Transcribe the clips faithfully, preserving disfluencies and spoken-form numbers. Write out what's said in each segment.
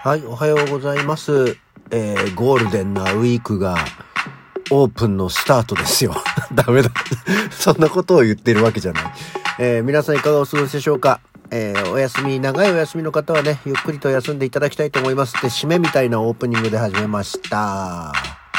はい、おはようございます。えー、ゴールデンなウィークがオープンのスタートですよ。ダメだ。そんなことを言ってるわけじゃない。えー、皆さんいかがお過ごしでしょうか。えー、お休み、長いお休みの方はね、ゆっくりと休んでいただきたいと思います。で、締めみたいなオープニングで始めました。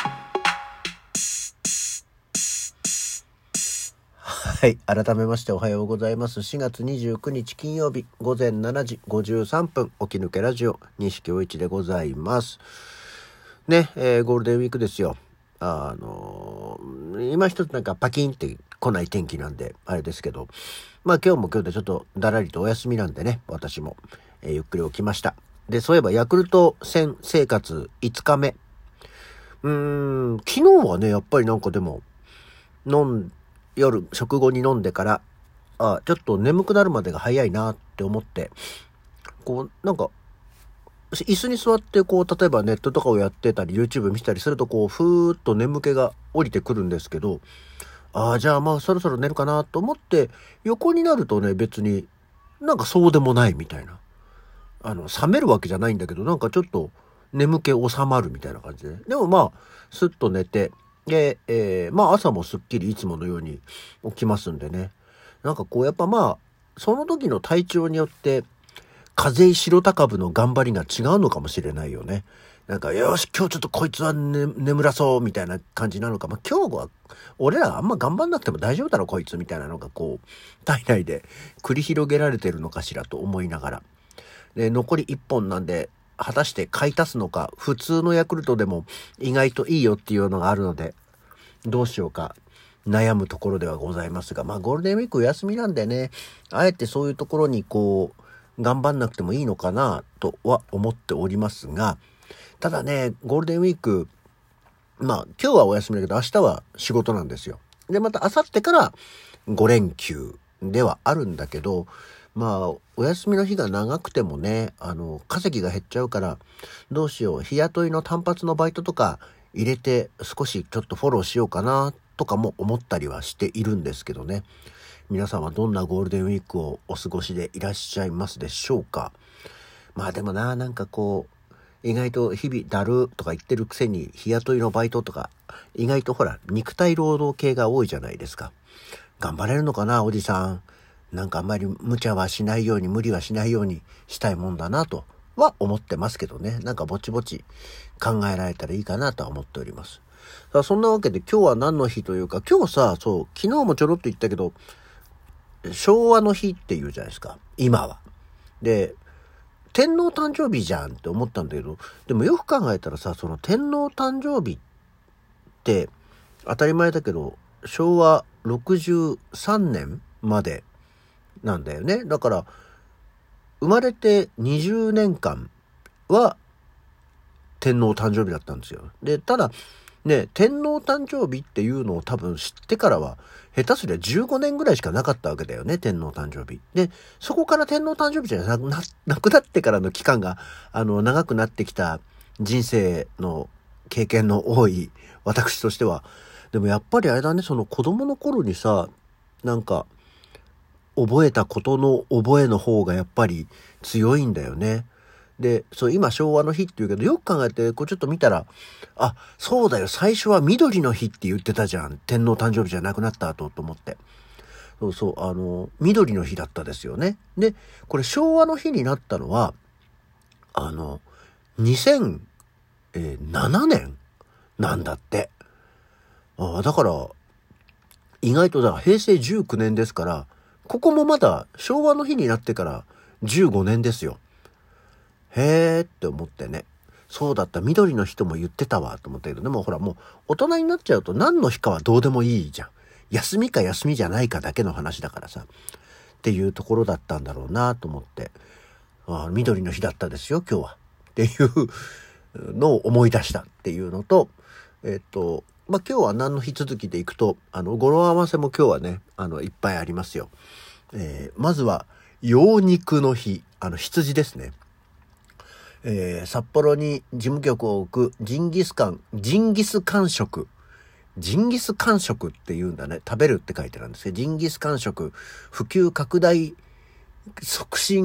はい。改めましておはようございます。しがつにじゅうくにち金曜日ごぜんしちじごじゅうさんぷん、起き抜けラジオ西京一でございます。ね、えー、ゴールデンウィークですよ。あのー、今一つなんかパキンって来ない天気なんであれですけど、まあ今日も今日でちょっとだらりとお休みなんでね、私も、えー、ゆっくり起きました。で、そういえばヤクルト戦生活いつかめ。うーん、昨日はね、やっぱりなんかでも飲ん夜食後に飲んでからあちょっと眠くなるまでが早いなって思って、こうなんか椅子に座ってこう例えばネットとかをやってたり YouTube 見たりするとこうふーっと眠気が降りてくるんですけど、ああじゃあまあそろそろ寝るかなと思って横になるとね、別になんかそうでもないみたいな、あの冷めるわけじゃないんだけど、なんかちょっと眠気収まるみたいな感じで、でもまあスッと寝て、で、えー、まあ朝もすっきりいつものように起きますんでね。なんかこうやっぱまあその時の体調によって風邪白高部の頑張りが違うのかもしれないよね。なんかよし今日ちょっとこいつは、ね、眠らそうみたいな感じなのか、まあ今日は俺らあんま頑張んなくても大丈夫だろこいつみたいなのがこう体内で繰り広げられてるのかしらと思いながら、で残りいっぽんなんで果たして買い足すのか、普通のヤクルトでも意外といいよっていうのがあるのでどうしようか悩むところではございますが、まあゴールデンウィークお休みなんでね、あえてそういうところにこう頑張んなくてもいいのかなとは思っておりますが、ただねゴールデンウィーク、まあ今日はお休みだけど明日は仕事なんですよ。でまた明後日からごれんきゅうではあるんだけど、まあお休みの日が長くてもね、あの稼ぎが減っちゃうからどうしよう、日雇いの単発のバイトとか入れて少しちょっとフォローしようかなとかも思ったりはしているんですけどね。皆さんはどんなゴールデンウィークをお過ごしでいらっしゃいますでしょうか。まあでもな、なんかこう意外と日々だるとか言ってるくせに日雇いのバイトとか意外とほら肉体労働系が多いじゃないですか。頑張れるのかなおじさん。なんかあんまり無茶はしないように無理はしないようにしたいもんだなとは思ってますけどね。なんかぼちぼち考えられたらいいかなとは思っております。さあそんなわけで今日は何の日というか、今日さ、そう昨日もちょろっと言ったけど昭和の日っていうじゃないですか今は。で天皇誕生日じゃんって思ったんだけど、でもよく考えたらさ、その天皇誕生日って当たり前だけどしょうわろくじゅうさんねんまでなんだよね。だから生まれてにじゅうねんかんは天皇誕生日だったんですよ。でただね、天皇誕生日っていうのを多分知ってからは下手すりゃじゅうごねんぐらいしかなかったわけだよね、天皇誕生日で。そこから天皇誕生日じゃなく な, なくなってからの期間があの長くなってきた人生の経験の多い私としては、でもやっぱりあれだね、その子供の頃にさ、なんか覚えたことの覚えの方がやっぱり強いんだよね。で、そう今昭和の日って言うけど、よく考えてこうちょっと見たら、あ、そうだよ、最初は緑の日って言ってたじゃん、天皇誕生日じゃなくなった後と思って。そうそう、あの緑の日だったですよね。で、これ昭和の日になったのはあのにせんななねんなんだって。あ、だから意外とだからへいせいじゅうきゅうねんですから、ここもまだ昭和の日になってからじゅうごねんですよ。へーって思ってね。そうだった、緑の人も言ってたわと思ったけど、でもほらもう大人になっちゃうと何の日かはどうでもいいじゃん。休みか休みじゃないかだけの話だからさっていうところだったんだろうなと思って、あ、緑の日だったですよ今日はっていうのを思い出したっていうのと、えっとまあ今日は何の日続きでいくと、あの語呂合わせも今日はね、あのいっぱいありますよ。えー、まずは羊肉の日、あの羊ですね。えー、札幌に事務局を置くジンギスカン、ジンギスカン食。ジンギスカン食って言うんだね。食べるって書いてあるんですけど、ジンギスカン食普及拡大促進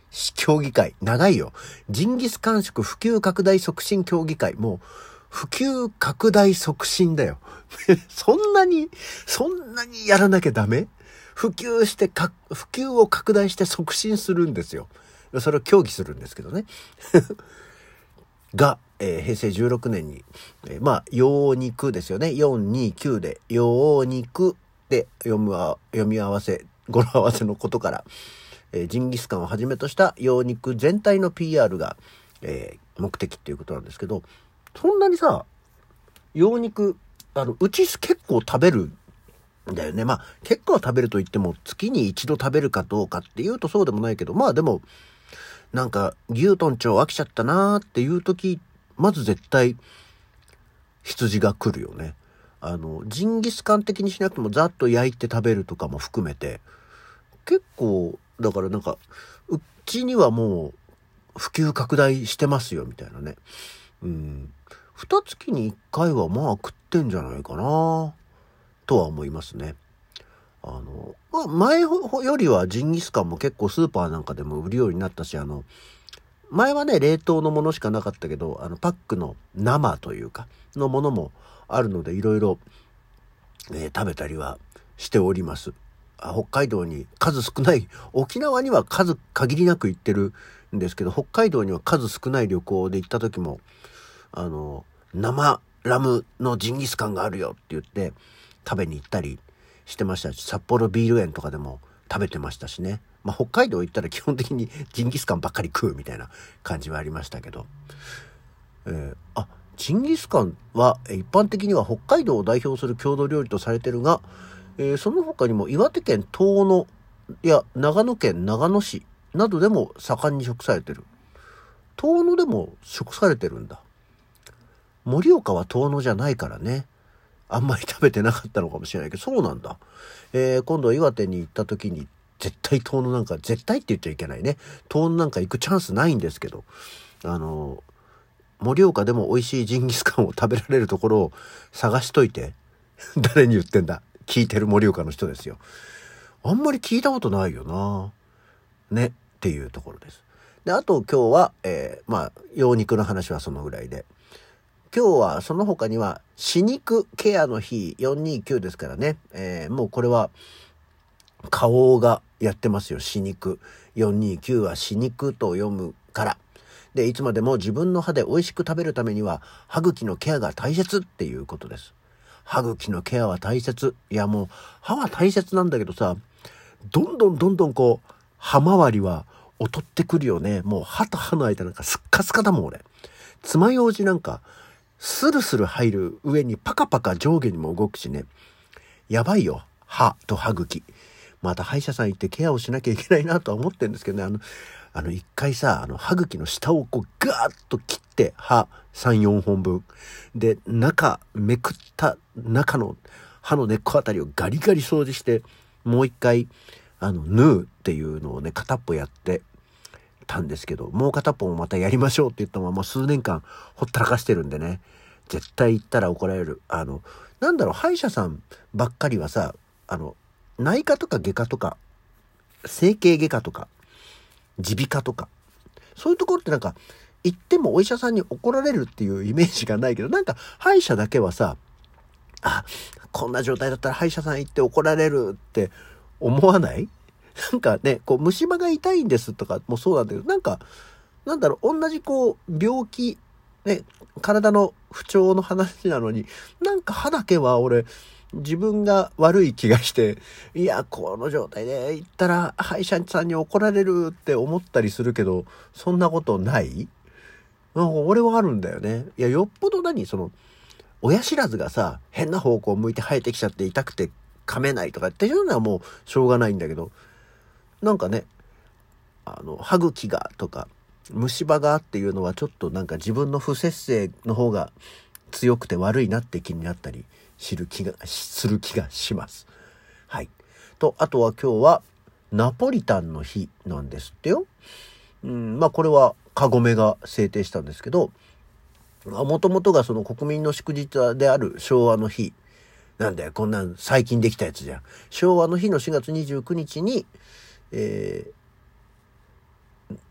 協議会。長いよ。ジンギスカン食普及拡大促進協議会。もう、普及拡大促進だよ。そんなに、そんなにやらなきゃダメ？普及してか、普及を拡大して促進するんですよ。それを協議するんですけどね。が、えー、へいせいじゅうろくねんに、えー、まあ、羊肉ですよね。よんにきゅうで、羊肉で読むあ読み合わせ、語呂合わせのことから、えー、ジンギスカンをはじめとした羊肉全体の ピーアール が、えー、目的っていうことなんですけど、そんなにさ、羊肉、あの、うち結構食べるんだよね。まあ、結構食べると言っても、月に一度食べるかどうかっていうとそうでもないけど、まあでも、なんか、牛豚腸飽きちゃったなーっていう時、まず絶対、羊が来るよね。あの、ジンギスカン的にしなくても、ざっと焼いて食べるとかも含めて、結構、だからなんか、うちにはもう、普及拡大してますよ、みたいなね。うん。二月に一回はまあ食ってんじゃないかな、とは思いますね。あの、まあ、前よりはジンギスカンも結構スーパーなんかでも売るようになったし、あの、前はね、冷凍のものしかなかったけど、あの、パックの生というか、のものもあるので、いろいろ、えー、食べたりはしております。あ、北海道に数少ない、沖縄には数限りなく行ってるんですけど、北海道には数少ない旅行で行った時も、あの、生ラムのジンギスカンがあるよって言って食べに行ったりしてましたし、札幌ビール園とかでも食べてましたしね。まあ、北海道行ったら基本的にジンギスカンばっかり食うみたいな感じはありましたけど。えー、あ、ジンギスカンは一般的には北海道を代表する郷土料理とされてるが、えー、その他にも岩手県遠野や長野県長野市などでも盛んに食されてる。遠野でも食されてるんだ。盛岡は遠野じゃないからね。あんまり食べてなかったのかもしれないけど、そうなんだ。えー、今度は岩手に行った時に、絶対遠野なんか、絶対って言っちゃいけないね。遠野なんか行くチャンスないんですけど、あのー、盛岡でも美味しいジンギスカンを食べられるところを探しといて。誰に言ってんだ？聞いてる盛岡の人ですよ。あんまり聞いたことないよな。ね、っていうところです。で、あと今日は、えー、まあ、羊肉の話はそのぐらいで。今日はその他には歯肉ケアの日よんにきゅうですからね、えー、もうこれは花王がやってますよ。歯肉よんにきゅうは歯肉と読むからで、いつまでも自分の歯で美味しく食べるためには歯茎のケアが大切っていうことです。歯茎のケアは大切。いやもう歯は大切なんだけどさ、どんどんどんどんこう歯周りは劣ってくるよね。もう歯と歯の間なんかスッカスカだもん俺。爪楊枝なんかスルスル入る上にパカパカ上下にも動くしね。やばいよ。歯と歯茎。また歯医者さん行ってケアをしなきゃいけないなとは思ってるんですけどね。あの、あの一回さ、あの歯茎の下をこうガーッと切って歯さん、よんほんぶん。で、中、めくった中の歯の根っこあたりをガリガリ掃除して、もう一回、あの、縫うっていうのをね、片っぽやって、たんですけど、もう片っぽもまたやりましょうって言ったまま数年間ほったらかしてるんでね、絶対言ったら怒られる。あのなんだろう、歯医者さんばっかりはさ、あの内科とか外科とか整形外科とか耳鼻科とかそういうところってなんか行ってもお医者さんに怒られるっていうイメージがないけど、なんか歯医者だけはさ、あ、こんな状態だったら歯医者さん行って怒られるって思わない？なんかね、こう虫歯が痛いんですとかもそうなんだけど、なんかなんだろう、同じこう病気ね、体の不調の話なのに、なんか歯だけは俺自分が悪い気がして、いやこの状態で行ったら歯医者さんに怒られるって思ったりするけど、そんなことない？なんか俺はあるんだよね。いやよっぽど何その親知らずがさ変な方向を向いて生えてきちゃって痛くて噛めないとかっていうのはもうしょうがないんだけど、なんかね、あの歯茎がとか虫歯がっていうのはちょっとなんか自分の不摂生の方が強くて悪いなって気になったりする気がする気がします。はい。とあとは今日はナポリタンの日なんですってよ。うん、まあこれはカゴメが制定したんですけど、もともとがその国民の祝日である昭和の日なんだよ。こんなん最近できたやつじゃん。昭和の日のしがつにじゅうくにちに、え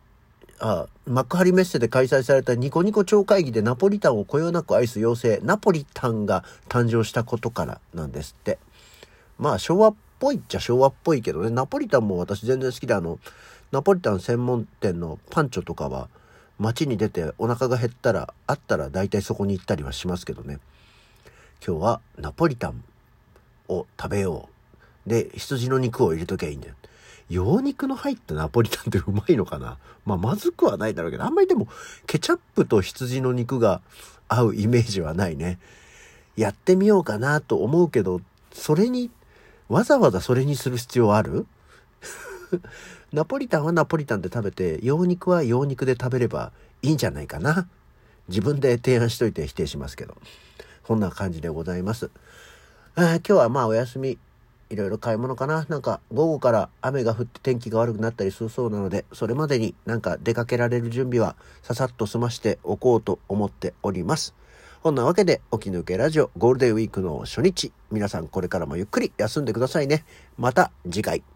あ、幕張メッセで開催されたニコニコ超会議でナポリタンをこよなく愛す妖精ナポリタンが誕生したことからなんですって。まあ昭和っぽいっちゃ昭和っぽいけどね。ナポリタンも私全然好きで、あのナポリタン専門店のパンチョとかは街に出てお腹が減ったらあったら大体そこに行ったりはしますけどね。今日はナポリタンを食べよう。で、羊の肉を入れときゃいいんだよ。羊肉の入ったナポリタンってうまいのかな。まあまずくはないだろうけど、あんまりでもケチャップと羊の肉が合うイメージはないね。やってみようかなと思うけど、それにわざわざそれにする必要ある？ナポリタンはナポリタンで食べて、羊肉は羊肉で食べればいいんじゃないかな。自分で提案しといて否定しますけど、こんな感じでございます。あ今日はまあお休み、いろいろ買い物かな。なんか午後から雨が降って天気が悪くなったりするそうなので、それまでになんか出かけられる準備はささっと済ましておこうと思っております。こんなわけで起き抜けラジオゴールデンウィークの初日、皆さんこれからもゆっくり休んでくださいね。また次回。